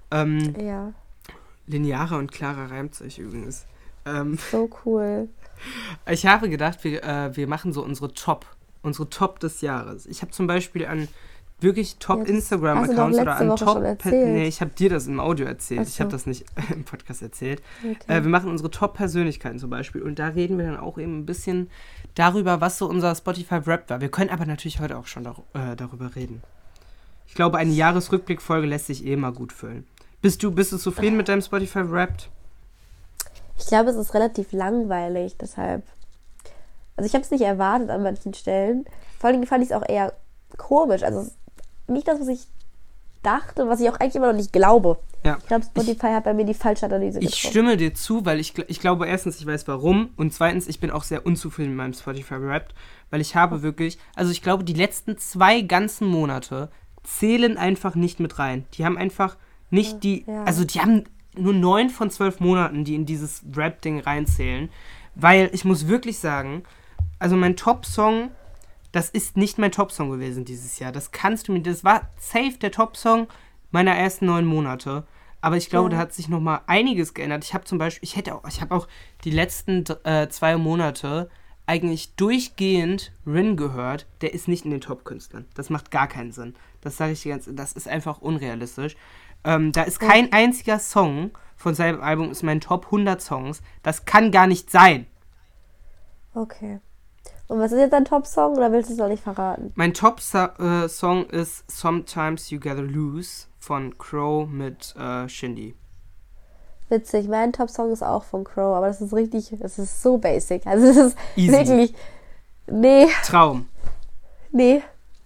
[SPEAKER 3] Linearer und klarer reimt sich übrigens.
[SPEAKER 4] So cool.
[SPEAKER 3] Ich habe gedacht, wir machen so unsere Top des Jahres. Ich habe zum Beispiel an wirklich Top-Instagram-Accounts oder an Top... Nee, ich habe dir das im Audio erzählt. Ich habe das nicht im Podcast erzählt. Okay. Wir machen unsere Top-Persönlichkeiten zum Beispiel und da reden wir dann auch eben ein bisschen darüber, was so unser Spotify-Rap war. Wir können aber natürlich heute auch schon darüber reden. Ich glaube, eine Jahresrückblick-Folge lässt sich mal gut füllen. Bist du zufrieden mit deinem Spotify-Rap?
[SPEAKER 4] Ich glaube, es ist relativ langweilig, deshalb... Also ich habe es nicht erwartet an manchen Stellen. Vor allem fand ich es auch eher komisch. Also nicht das, was ich dachte, was ich auch eigentlich immer noch nicht glaube.
[SPEAKER 3] Ja.
[SPEAKER 4] Ich glaube, Spotify hat bei mir die falsche Analyse getroffen.
[SPEAKER 3] Ich stimme dir zu, weil ich glaube, erstens, ich weiß warum und zweitens, ich bin auch sehr unzufrieden mit meinem Spotify-Rap, weil ich habe wirklich, also ich glaube, die letzten 2 ganzen Monate zählen einfach nicht mit rein. Die haben einfach nicht also die haben nur 9 von 12 Monaten, die in dieses Rap-Ding reinzählen. Weil ich muss wirklich sagen, also mein Top-Song, das ist nicht mein Top-Song gewesen dieses Jahr. Das war safe der Top-Song meiner ersten 9 Monate. Aber ich glaube, da hat sich noch mal einiges geändert. Ich habe zum Beispiel, ich habe auch die letzten 2 Monate eigentlich durchgehend Rin gehört. Der ist nicht in den Top-Künstlern. Das macht gar keinen Sinn. Das sage ich dir ganz, das ist einfach unrealistisch. Da ist kein einziger Song von seinem Album ist mein Top 100 Songs. Das kann gar nicht sein.
[SPEAKER 4] Okay. Und was ist jetzt dein Top-Song oder willst du es noch nicht verraten?
[SPEAKER 3] Mein Top-Song ist Sometimes You Gotta Lose von Crow mit Shindy.
[SPEAKER 4] Witzig, mein Top-Song ist auch von Crow, aber das ist so basic. Also es ist easy. Wirklich, nee.
[SPEAKER 3] Traum.
[SPEAKER 4] Nee.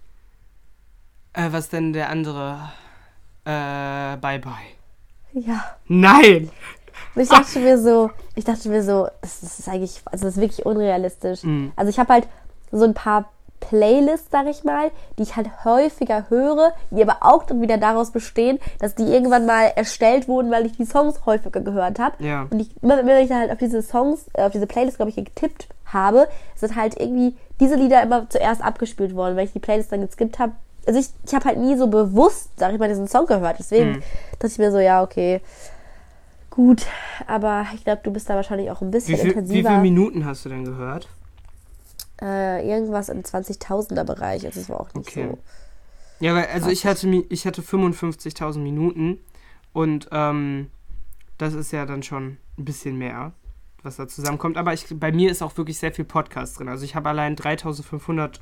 [SPEAKER 3] Was denn der andere? Bye Bye.
[SPEAKER 4] Ja.
[SPEAKER 3] Nein!
[SPEAKER 4] Und ich dachte mir so, das ist eigentlich, also das ist wirklich unrealistisch. Also ich habe halt so ein paar Playlists, sag ich mal, die ich halt häufiger höre, die aber auch dann wieder daraus bestehen, dass die irgendwann mal erstellt wurden, weil ich die Songs häufiger gehört habe.
[SPEAKER 3] Ja.
[SPEAKER 4] Und immer wenn ich dann halt auf diese Songs, auf diese Playlist, glaube ich, getippt habe, sind halt irgendwie diese Lieder immer zuerst abgespielt worden, weil ich die Playlist dann geskippt habe. Also ich habe halt nie so bewusst, sag ich mal, diesen Song gehört. Deswegen dachte ich mir so, ja, okay, gut. Aber ich glaube, du bist da wahrscheinlich auch ein bisschen intensiver.
[SPEAKER 3] Wie viele Minuten hast du denn gehört?
[SPEAKER 4] Irgendwas im 20.000er Bereich. Also es war auch nicht so.
[SPEAKER 3] Ja, weil, also ich hatte 55.000 Minuten und das ist ja dann schon ein bisschen mehr, was da zusammenkommt. Aber bei mir ist auch wirklich sehr viel Podcast drin. Also ich habe allein 3.500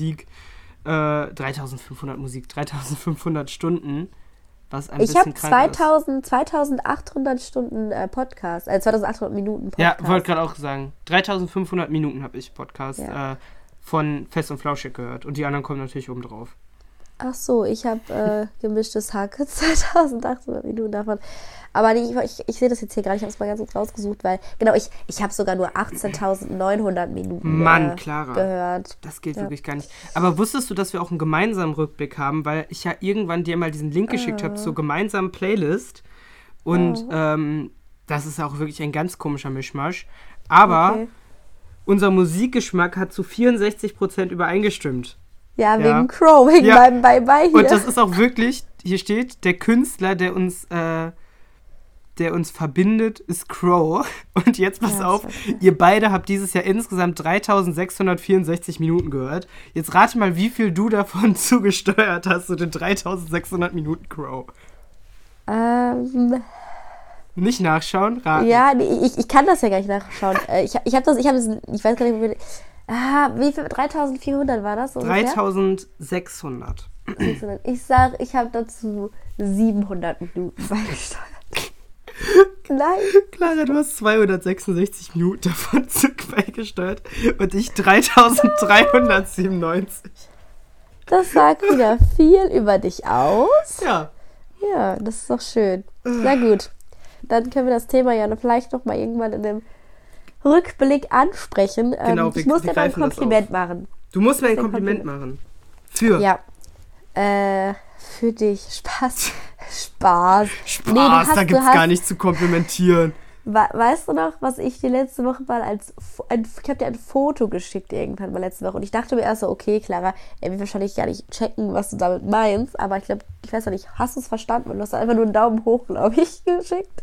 [SPEAKER 3] Stunden, was ein bisschen krank ist. Ich habe 2.800 Stunden Podcast, 2.800 Minuten Podcast. Ja, wollte gerade auch sagen. 3.500 Minuten habe ich Podcast von Fest und Flauschig gehört. Und die anderen kommen natürlich oben drauf.
[SPEAKER 4] Ach so, ich habe gemischtes Hack 2.800 Minuten davon. Aber ich sehe das jetzt hier gerade, ich habe es mal ganz gut rausgesucht, weil, genau, ich habe sogar nur 18.900 Minuten
[SPEAKER 3] Clara,
[SPEAKER 4] gehört.
[SPEAKER 3] Das geht wirklich gar nicht. Aber wusstest du, dass wir auch einen gemeinsamen Rückblick haben, weil ich ja irgendwann dir mal diesen Link geschickt habe zur gemeinsamen Playlist und das ist auch wirklich ein ganz komischer Mischmasch, aber unser Musikgeschmack hat zu 64% übereingestimmt.
[SPEAKER 4] Ja, wegen Crow, wegen meinem Bye-Bye hier.
[SPEAKER 3] Und das ist auch wirklich, hier steht, der Künstler, der uns verbindet, ist Crow. Und jetzt pass auf, ihr beide habt dieses Jahr insgesamt 3.664 Minuten gehört. Jetzt rate mal, wie viel du davon zugesteuert hast zu den 3.600 Minuten Crow. Nicht nachschauen, raten.
[SPEAKER 4] Ja, ich kann das ja gar nicht nachschauen. Ich weiß gar nicht, wie viel, 3.400 war das?
[SPEAKER 3] 3.600.
[SPEAKER 4] Ich sag, ich habe dazu 700 Minuten beigesteuert. Nein.
[SPEAKER 3] Clara, du hast 266 Minuten davon beigesteuert und ich 3.397.
[SPEAKER 4] Das sagt wieder viel über dich aus.
[SPEAKER 3] Ja.
[SPEAKER 4] Ja, das ist doch schön. Na gut, dann können wir das Thema ja vielleicht noch mal irgendwann in dem Rückblick ansprechen.
[SPEAKER 3] Genau,
[SPEAKER 4] ich muss dir mal ein Kompliment machen.
[SPEAKER 3] Du musst mir ein Kompliment machen. Für?
[SPEAKER 4] Ja. Für dich. Spaß.
[SPEAKER 3] Nee, da gibt's gar nichts zu komplimentieren.
[SPEAKER 4] Weißt du noch, was ich dir letzte Woche mal ich habe dir ein Foto geschickt irgendwann mal letzte Woche und ich dachte mir erst so, okay, Clara, er wird wahrscheinlich gar nicht checken, was du damit meinst, aber ich weiß noch nicht, hast du es verstanden? Und du hast einfach nur einen Daumen hoch, glaube ich, geschickt.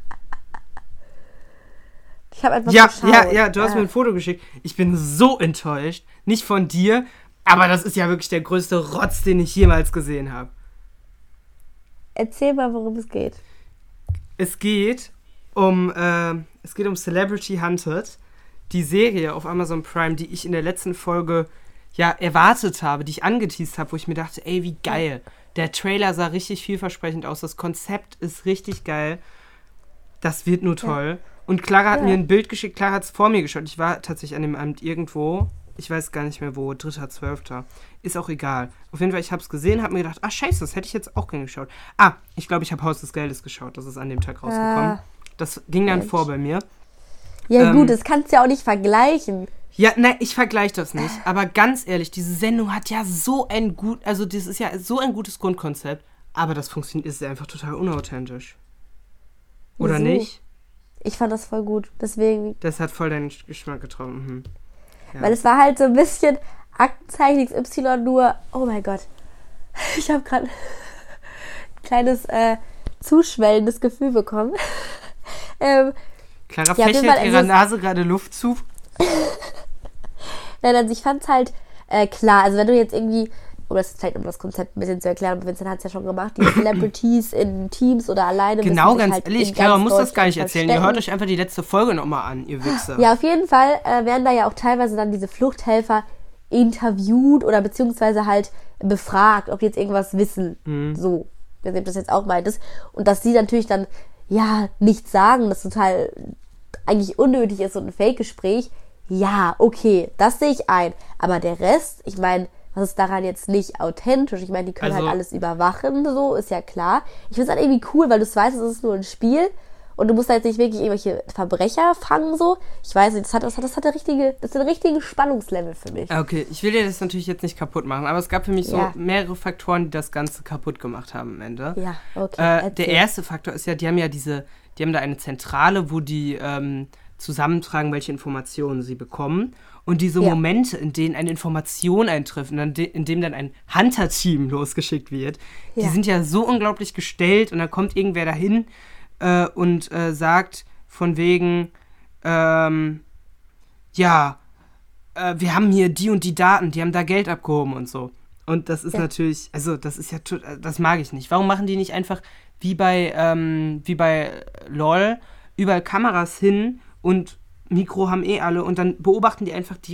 [SPEAKER 4] Ich habe einfach geschaut.
[SPEAKER 3] Ja, du hast mir ein Foto geschickt. Ich bin so enttäuscht. Nicht von dir, aber das ist ja wirklich der größte Rotz, den ich jemals gesehen habe.
[SPEAKER 4] Erzähl mal, worum es geht.
[SPEAKER 3] Es geht um Celebrity Hunted, die Serie auf Amazon Prime, die ich in der letzten Folge erwartet habe, die ich angeteast habe, wo ich mir dachte, ey, wie geil. Der Trailer sah richtig vielversprechend aus, das Konzept ist richtig geil. Das wird nur toll. Ja. Und Clara hat mir ein Bild geschickt, Clara hat es vor mir geschaut. Ich war tatsächlich an dem Abend irgendwo, ich weiß gar nicht mehr wo, 3.12. Ist auch egal. Auf jeden Fall, ich habe es gesehen, habe mir gedacht, scheiße, das hätte ich jetzt auch gerne geschaut. Ich glaube, ich habe Haus des Geldes geschaut, das ist an dem Tag rausgekommen. Das ging dann vor bei mir.
[SPEAKER 4] Ja gut, das kannst du ja auch nicht vergleichen.
[SPEAKER 3] Ja, nein, ich vergleiche das nicht. Aber ganz ehrlich, diese Sendung hat ja so ein das ist ja so ein gutes Grundkonzept, aber das funktioniert, ist einfach total unauthentisch. Oder nicht?
[SPEAKER 4] Ich fand das voll gut, deswegen...
[SPEAKER 3] Das hat voll deinen Geschmack getroffen. Mhm.
[SPEAKER 4] Ja. Weil es war halt so ein bisschen Aktenzeichen XY, nur... Oh mein Gott. Ich habe gerade ein kleines zuschwellendes Gefühl bekommen.
[SPEAKER 3] Clara fächelt ihrer Nase gerade Luft zu.
[SPEAKER 4] Nein, also ich fand's halt klar, also wenn du jetzt irgendwie, vielleicht um das Konzept ein bisschen zu erklären, aber Vincent hat es ja schon gemacht, die Celebrities in Teams oder alleine.
[SPEAKER 3] Genau, ganz halt ehrlich, Clara muss das gar nicht erzählen. Ihr hört euch einfach die letzte Folge nochmal an, ihr Wichser.
[SPEAKER 4] Ja, auf jeden Fall werden da ja auch teilweise dann diese Fluchthelfer interviewt oder beziehungsweise halt befragt, ob die jetzt irgendwas wissen. So, ich weiß nicht, ob das jetzt auch meintest. Und dass sie natürlich dann, ja, nichts sagen, das total eigentlich unnötig ist und ein Fake-Gespräch. Ja, okay, das sehe ich ein. Aber der Rest, ich meine, was ist daran jetzt nicht authentisch? Ich meine, die können halt alles überwachen, so, ist ja klar. Ich finde es halt irgendwie cool, weil du weißt, es ist nur ein Spiel und du musst da jetzt nicht wirklich irgendwelche Verbrecher fangen, so. Ich weiß nicht, das hat den richtigen Spannungslevel für mich.
[SPEAKER 3] Okay, ich will dir das natürlich jetzt nicht kaputt machen, aber es gab für mich so mehrere Faktoren, die das Ganze kaputt gemacht haben am Ende.
[SPEAKER 4] Ja, okay.
[SPEAKER 3] Der erste Faktor ist ja, die haben da eine Zentrale, wo die zusammentragen, welche Informationen sie bekommen. Und diese Momente, in denen eine Information eintrifft und in dem dann ein Hunter-Team losgeschickt wird, die sind ja so unglaublich gestellt und dann kommt irgendwer dahin und sagt von wegen, wir haben hier die und die Daten, die haben da Geld abgehoben und so. Und das ist natürlich, also das ist ja, das mag ich nicht. Warum machen die nicht einfach wie bei LOL überall Kameras hin und Mikro haben alle und dann beobachten die einfach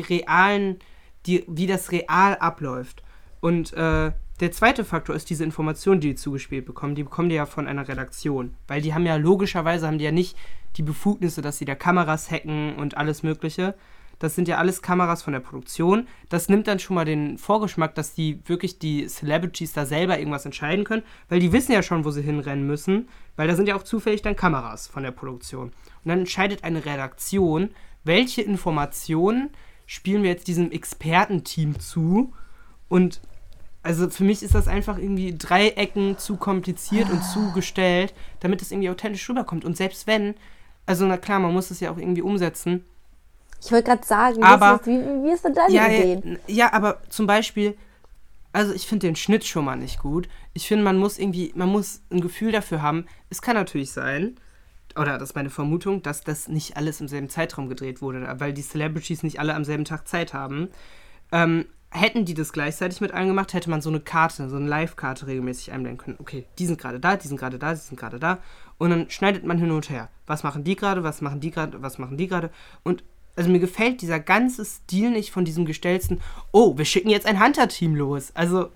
[SPEAKER 3] wie das real abläuft. Und der zweite Faktor ist diese Information, die zugespielt bekommen. Die bekommen die ja von einer Redaktion. Weil die haben ja logischerweise nicht die Befugnisse, dass sie da Kameras hacken und alles Mögliche. Das sind ja alles Kameras von der Produktion. Das nimmt dann schon mal den Vorgeschmack, dass die Celebrities da selber irgendwas entscheiden können, weil die wissen ja schon, wo sie hinrennen müssen, weil da sind ja auch zufällig dann Kameras von der Produktion. Und dann entscheidet eine Redaktion, welche Informationen spielen wir jetzt diesem Expertenteam zu. Und also für mich ist das einfach irgendwie Dreiecken zu kompliziert und zu gestellt, damit es irgendwie authentisch rüberkommt. Und selbst wenn, also na klar, man muss es ja auch irgendwie umsetzen.
[SPEAKER 4] Ich wollte gerade sagen, wie ist denn deine Idee?
[SPEAKER 3] Ja, aber zum Beispiel, also ich finde den Schnitt schon mal nicht gut. Ich finde, man muss ein Gefühl dafür haben. Es kann natürlich sein, oder das ist meine Vermutung, dass das nicht alles im selben Zeitraum gedreht wurde, weil die Celebrities nicht alle am selben Tag Zeit haben. Hätten die das gleichzeitig mit allen gemacht, hätte man so eine Live-Karte regelmäßig einblenden können. Okay, die sind gerade da, die sind gerade da, die sind gerade da. Und dann schneidet man hin und her. Was machen die gerade, was machen die gerade, was machen die gerade? Und also mir gefällt dieser ganze Stil nicht von diesem gestellten, wir schicken jetzt ein Hunter-Team los. Also,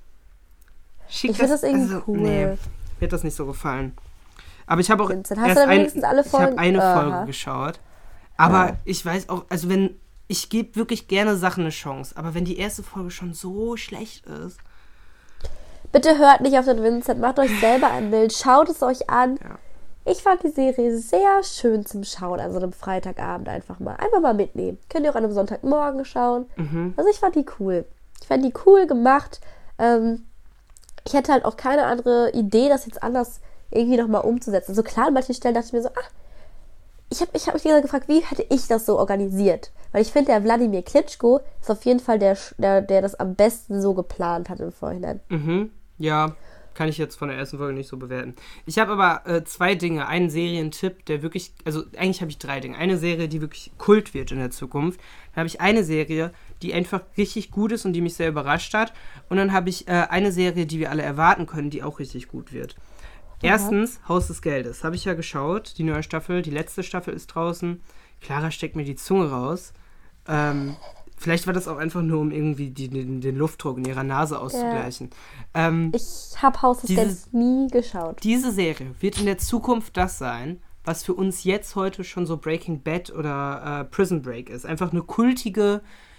[SPEAKER 4] ich finde das irgendwie cool. Nee,
[SPEAKER 3] mir hat das nicht so gefallen. Aber ich habe auch
[SPEAKER 4] Vincent, hast du dann wenigstens alle Folgen?
[SPEAKER 3] Ich habe eine Folge geschaut. Aber ich weiß auch, also ich gebe wirklich gerne Sachen eine Chance. Aber wenn die erste Folge schon so schlecht ist.
[SPEAKER 4] Bitte hört nicht auf den Vincent, macht euch selber ein Bild, schaut es euch an. Ja. Ich fand die Serie sehr schön zum Schauen, an so einem Freitagabend einfach mal mitnehmen. Könnt ihr auch an einem Sonntagmorgen schauen. Also ich fand die cool. Ich fand die cool gemacht. Ich hätte halt auch keine andere Idee, das jetzt anders irgendwie nochmal umzusetzen. So klar, an manchen Stellen dachte ich mir so, ich hab mich gefragt, wie hätte ich das so organisiert? Weil ich finde, der Wladimir Klitschko ist auf jeden Fall der das am besten so geplant hat im Vorhinein.
[SPEAKER 3] Ja, kann ich jetzt von der ersten Folge nicht so bewerten. Ich habe aber 2 Dinge. Einen Serientipp, der wirklich, also eigentlich habe ich 3 Dinge. Eine Serie, die wirklich Kult wird in der Zukunft. Dann habe ich eine Serie, die einfach richtig gut ist und die mich sehr überrascht hat. Und dann habe ich eine Serie, die wir alle erwarten können, die auch richtig gut wird. Erstens, Haus des Geldes. Habe ich ja geschaut, die neue Staffel. Die letzte Staffel ist draußen. Clara steckt mir die Zunge raus. Vielleicht war das auch einfach nur, um irgendwie den Luftdruck in ihrer Nase auszugleichen.
[SPEAKER 4] Ich habe Haus des Geldes nie geschaut.
[SPEAKER 3] Diese Serie wird in der Zukunft das sein, was für uns jetzt heute schon so Breaking Bad oder Prison Break ist. Einfach eine kultige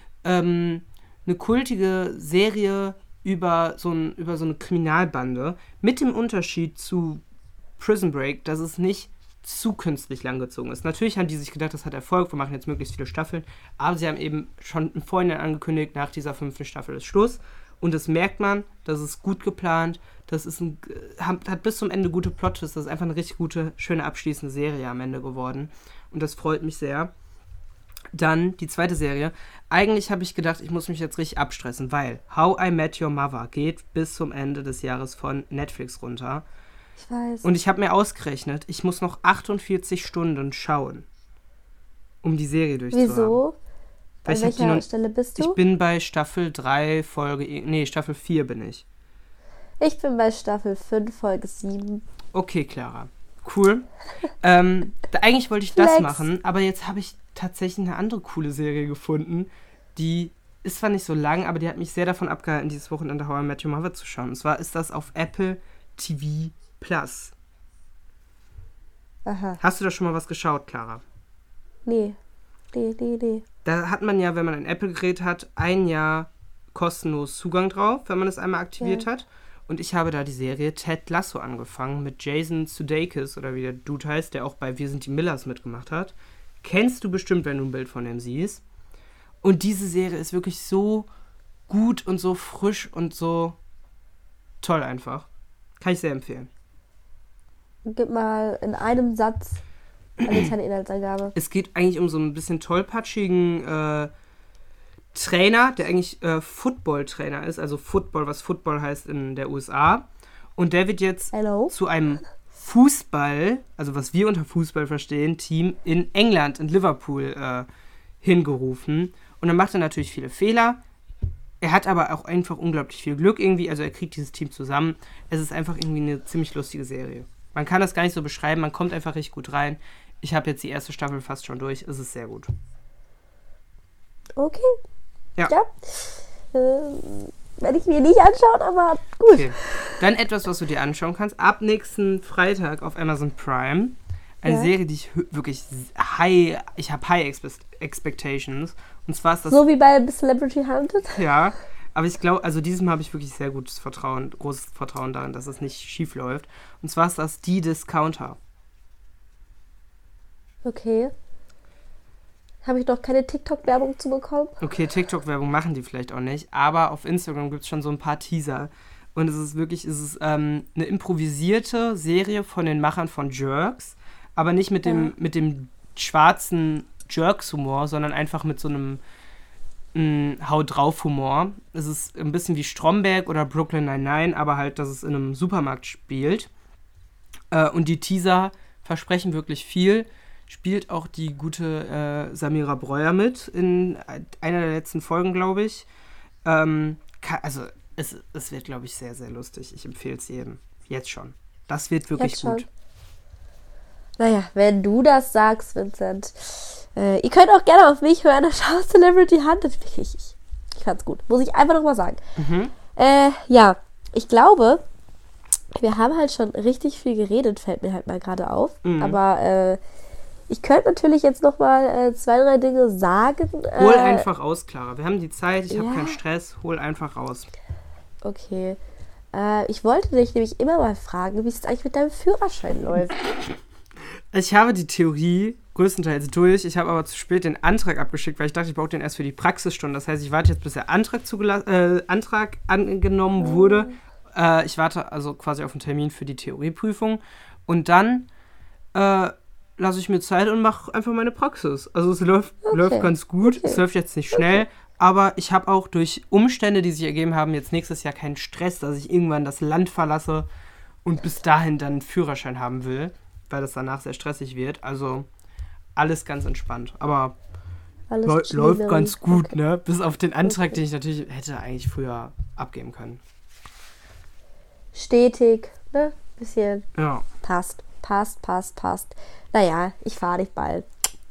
[SPEAKER 3] Serie über so eine Kriminalbande. Mit dem Unterschied zu Prison Break, dass es nicht zu künstlich langgezogen ist. Natürlich haben die sich gedacht, das hat Erfolg, wir machen jetzt möglichst viele Staffeln, aber sie haben eben schon im Vorhinein angekündigt, nach dieser 5. Staffel ist Schluss Und das merkt man, das ist gut geplant, das ist hat bis zum Ende gute Plot-Twists, das ist einfach eine richtig gute, schöne abschließende Serie am Ende geworden. Und das freut mich sehr. Dann die zweite Serie. Eigentlich habe ich gedacht, ich muss mich jetzt richtig abstressen, weil How I Met Your Mother geht bis zum Ende des Jahres von Netflix runter.
[SPEAKER 4] Ich weiß.
[SPEAKER 3] Und ich habe mir ausgerechnet, ich muss noch 48 Stunden schauen, um die Serie durchzuhaben.
[SPEAKER 4] Wieso? Bei welcher Stelle bist du?
[SPEAKER 3] Ich bin bei Staffel 3, Staffel 4 bin ich.
[SPEAKER 4] Ich bin bei Staffel 5, Folge 7.
[SPEAKER 3] Okay, Clara. Cool. Eigentlich wollte ich das machen, aber jetzt habe ich tatsächlich eine andere coole Serie gefunden, die ist zwar nicht so lang, aber die hat mich sehr davon abgehalten, dieses Wochenende How I Met Your Mother zu schauen. Und zwar ist das auf Apple TV Plus.
[SPEAKER 4] Aha.
[SPEAKER 3] Hast du da schon mal was geschaut, Clara?
[SPEAKER 4] Nee.
[SPEAKER 3] Da hat man ja, wenn man ein Apple-Gerät hat, 1 Jahr kostenlos Zugang drauf, wenn man es einmal aktiviert hat. Und ich habe da die Serie Ted Lasso angefangen mit Jason Sudeikis, oder wie der Dude heißt, der auch bei Wir sind die Millers mitgemacht hat. Kennst du bestimmt, wenn du ein Bild von dem siehst. Und diese Serie ist wirklich so gut und so frisch und so toll einfach. Kann ich sehr empfehlen.
[SPEAKER 4] Gib mal in einem Satz eine kleine Inhaltsangabe.
[SPEAKER 3] Es geht eigentlich um so ein bisschen tollpatschigen Trainer, der eigentlich Football-Trainer ist, also Football, was Football heißt in der USA. Und der wird jetzt zu einem Fußball, also was wir unter Fußball verstehen, Team in England, in Liverpool hingerufen. Und dann macht er natürlich viele Fehler. Er hat aber auch einfach unglaublich viel Glück irgendwie, also er kriegt dieses Team zusammen. Es ist einfach irgendwie eine ziemlich lustige Serie. Man kann das gar nicht so beschreiben, man kommt einfach richtig gut rein. Ich habe jetzt die erste Staffel fast schon durch, es ist sehr gut.
[SPEAKER 4] Okay.
[SPEAKER 3] Ja.
[SPEAKER 4] Werde ich mir nicht anschauen, aber gut. Okay.
[SPEAKER 3] Dann etwas, was du dir anschauen kannst. Ab nächsten Freitag auf Amazon Prime. Eine Serie, die ich wirklich ich habe High Expectations. Und zwar ist das...
[SPEAKER 4] So wie bei Celebrity Hunted?
[SPEAKER 3] Ja, aber ich glaube, also dieses Mal habe ich wirklich sehr großes Vertrauen darin, dass es nicht schief läuft. Und zwar ist das Die Discounter.
[SPEAKER 4] Okay. Habe ich doch keine TikTok-Werbung zu bekommen?
[SPEAKER 3] Okay, TikTok-Werbung machen die vielleicht auch nicht, aber auf Instagram gibt es schon so ein paar Teaser. Und es ist eine improvisierte Serie von den Machern von Jerks, aber nicht mit dem schwarzen Jerks-Humor, sondern einfach mit so einem Hau-drauf-Humor. Es ist ein bisschen wie Stromberg oder Brooklyn Nine-Nine, aber halt, dass es in einem Supermarkt spielt. Und die Teaser versprechen wirklich viel. Spielt auch die gute Samira Breuer mit in einer der letzten Folgen, glaube ich. Es wird, glaube ich, sehr, sehr lustig. Ich empfehle es jedem. Jetzt schon. Das wird wirklich gut.
[SPEAKER 4] Naja, wenn du das sagst, Vincent. Ihr könnt auch gerne auf mich hören. Schau Celebrity Hunted. Ich fand's gut. Muss ich einfach nochmal sagen.
[SPEAKER 3] Mhm.
[SPEAKER 4] Ja, ich glaube, wir haben halt schon richtig viel geredet, fällt mir halt mal gerade auf.
[SPEAKER 3] Mhm.
[SPEAKER 4] Aber ich könnte natürlich jetzt nochmal 2, 3 Dinge sagen.
[SPEAKER 3] Hol einfach aus, Clara. Wir haben die Zeit, ich habe keinen Stress. Hol einfach raus.
[SPEAKER 4] Okay. Ich wollte dich nämlich immer mal fragen, wie es eigentlich mit deinem Führerschein läuft.
[SPEAKER 3] Ich habe die Theorie größtenteils durch. Ich habe aber zu spät den Antrag abgeschickt, weil ich dachte, ich brauche den erst für die Praxisstunde. Das heißt, ich warte jetzt, bis der Antrag angenommen wurde. Ich warte also quasi auf einen Termin für die Theorieprüfung. Und dann lasse ich mir Zeit und mache einfach meine Praxis. Also es läuft ganz gut. Okay. Es läuft jetzt nicht schnell. Aber ich habe auch durch Umstände, die sich ergeben haben, jetzt nächstes Jahr keinen Stress, dass ich irgendwann das Land verlasse und bis dahin dann einen Führerschein haben will, weil das danach sehr stressig wird. Also alles ganz entspannt. Aber läuft ganz gut, ne? Bis auf den Antrag, den ich natürlich hätte eigentlich früher abgeben können.
[SPEAKER 4] Stetig, ne? Bisschen.
[SPEAKER 3] Ja.
[SPEAKER 4] Passt. Naja, ich fahre dich bald.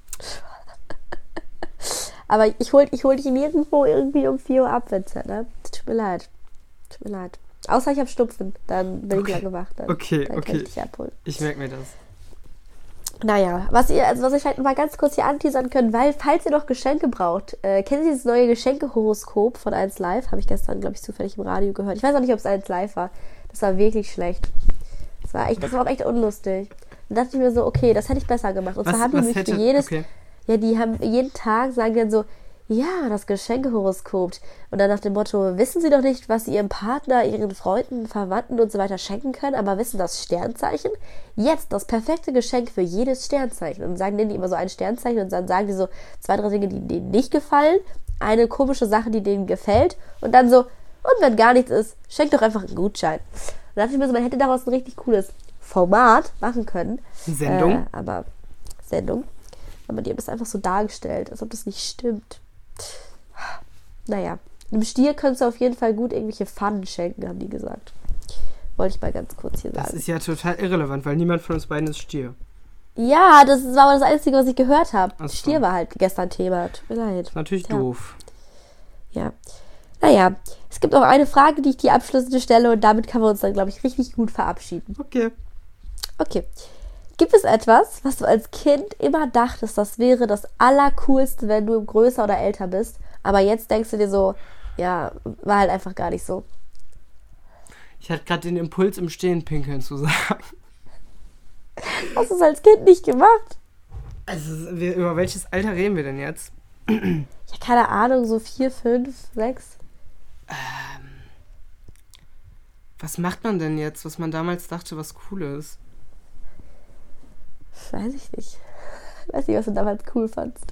[SPEAKER 4] Aber ich hol dich nirgendwo irgendwie um 4 Uhr ab, Vincent, ne? Tut mir leid. Außer ich habe Schnupfen, dann bin ich lange wach. Dann kann ich dich abholen.
[SPEAKER 3] Ich merke mir das.
[SPEAKER 4] Naja, was ich vielleicht mal ganz kurz hier anteasern können, weil, falls ihr noch Geschenke braucht, kennen Sie das neue Geschenkehoroskop von 1Live? Habe ich gestern, glaube ich, zufällig im Radio gehört. Ich weiß auch nicht, ob es 1Live war. Das war wirklich schlecht. Das war auch echt unlustig. Dann dachte ich mir so, okay, das hätte ich besser gemacht. Und zwar haben die mich für jedes... Okay. Ja, die haben jeden Tag, sagen dann so, ja, das Geschenkehoroskop. Und dann nach dem Motto, wissen Sie doch nicht, was Sie Ihrem Partner, Ihren Freunden, Verwandten und so weiter schenken können, aber wissen das Sternzeichen? Jetzt das perfekte Geschenk für jedes Sternzeichen. Und sagen denen die immer so ein Sternzeichen und dann sagen die so 2, 3 Dinge, die denen nicht gefallen, eine komische Sache, die denen gefällt und dann so, und wenn gar nichts ist, schenkt doch einfach einen Gutschein. Und da dachte ich mir so, man hätte daraus ein richtig cooles Format machen können.
[SPEAKER 3] Sendung?
[SPEAKER 4] Aber die haben das einfach so dargestellt, als ob das nicht stimmt. Naja, einem Stier könntest du auf jeden Fall gut irgendwelche Pfannen schenken, haben die gesagt. Wollte ich mal ganz kurz hier sagen.
[SPEAKER 3] Das ist ja total irrelevant, weil niemand von uns beiden ist Stier.
[SPEAKER 4] Ja, das war aber das Einzige, was ich gehört habe.
[SPEAKER 3] So.
[SPEAKER 4] Stier war halt gestern Thema. Tut mir leid.
[SPEAKER 3] Das ist natürlich doof.
[SPEAKER 4] Ja. Naja, es gibt noch eine Frage, die ich dir abschließend stelle und damit können wir uns dann, glaube ich, richtig gut verabschieden.
[SPEAKER 3] Okay.
[SPEAKER 4] Gibt es etwas, was du als Kind immer dachtest, das wäre das Allercoolste, wenn du größer oder älter bist, aber jetzt denkst du dir so, ja, war halt einfach gar nicht so?
[SPEAKER 3] Ich hatte gerade den Impuls, im Stehen pinkeln zu sagen.
[SPEAKER 4] Hast du es als Kind nicht gemacht?
[SPEAKER 3] Also, über welches Alter reden wir denn jetzt?
[SPEAKER 4] Ja, keine Ahnung, so 4, 5, 6.
[SPEAKER 3] Was macht man denn jetzt, was man damals dachte, was cool ist?
[SPEAKER 4] Weiß ich nicht. Weiß nicht, was du damals cool fandst.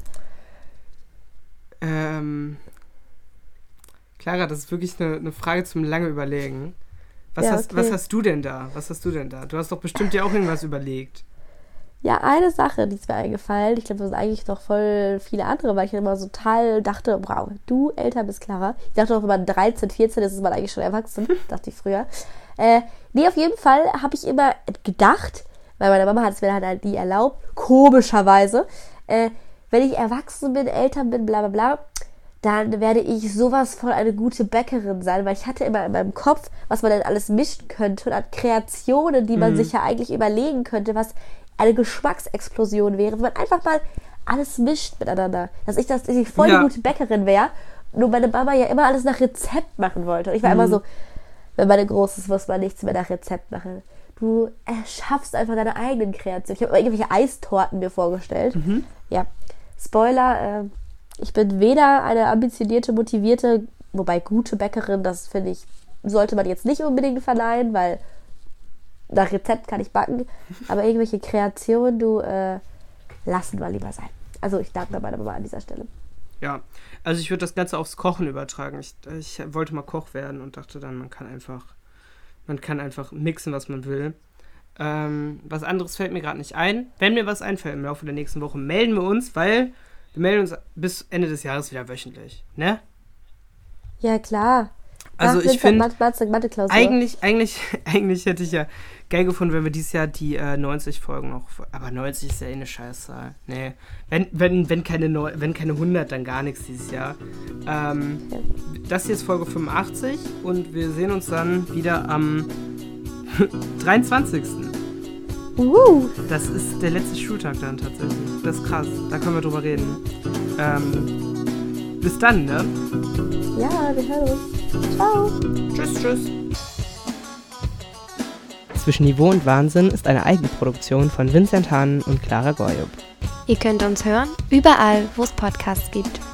[SPEAKER 3] Clara, das ist wirklich eine Frage zum lange Überlegen. Was hast du denn da? Du hast doch bestimmt dir auch irgendwas überlegt.
[SPEAKER 4] Ja, eine Sache, die ist mir eingefallen. Ich glaube, das sind eigentlich noch voll viele andere, weil ich immer so total dachte, wow, du älter bist, Clara. Ich dachte auch, wenn man 13, 14 ist, ist man eigentlich schon erwachsen. Dachte ich früher. Nee, auf jeden Fall habe ich immer gedacht, weil meine Mama hat es mir halt nie erlaubt, komischerweise, wenn ich erwachsen bin, Eltern bin, bla bla bla, dann werde ich sowas von eine gute Bäckerin sein, weil ich hatte immer in meinem Kopf, was man denn alles mischen könnte und an Kreationen, die man sich ja eigentlich überlegen könnte, was eine Geschmacksexplosion wäre, wenn man einfach mal alles mischt miteinander. Dass ich voll die gute Bäckerin wäre, nur meine Mama ja immer alles nach Rezept machen wollte. Und ich war immer so, wenn man groß ist, muss man nichts mehr nach Rezept machen. Du erschaffst einfach deine eigenen Kreationen. Ich habe immer irgendwelche Eistorten mir vorgestellt. Ja, Spoiler, ich bin weder eine ambitionierte, motivierte, wobei gute Bäckerin, das finde ich, sollte man jetzt nicht unbedingt verleihen, weil nach Rezept kann ich backen, aber irgendwelche Kreationen, lassen wir lieber sein. Also ich danke meiner Mama an dieser Stelle.
[SPEAKER 3] Ja, also ich würde das Ganze aufs Kochen übertragen. Ich wollte mal Koch werden und dachte dann, man kann einfach mixen, was man will. Was anderes fällt mir gerade nicht ein. Wenn mir was einfällt im Laufe der nächsten Woche, melden wir uns, weil wir melden uns bis Ende des Jahres wieder wöchentlich, ne?
[SPEAKER 4] Ja, klar.
[SPEAKER 3] Also ich finde,
[SPEAKER 4] eigentlich
[SPEAKER 3] hätte ich ja geil gefunden, wenn wir dieses Jahr die 90 Folgen noch, aber 90 ist ja eh eine Scheißzahl. Nee, wenn keine 100, dann gar nichts dieses Jahr. Das hier ist Folge 85 und wir sehen uns dann wieder am 23. Das ist der letzte Schultag dann tatsächlich. Das ist krass, da können wir drüber reden. Bis dann, ne?
[SPEAKER 4] Ja, wir hören uns. Ciao.
[SPEAKER 3] Tschüss. Zwischen Niveau und Wahnsinn ist eine Eigenproduktion von Vincent Hahn und Clara Gorjup.
[SPEAKER 5] Ihr könnt uns hören, überall, wo es Podcasts gibt.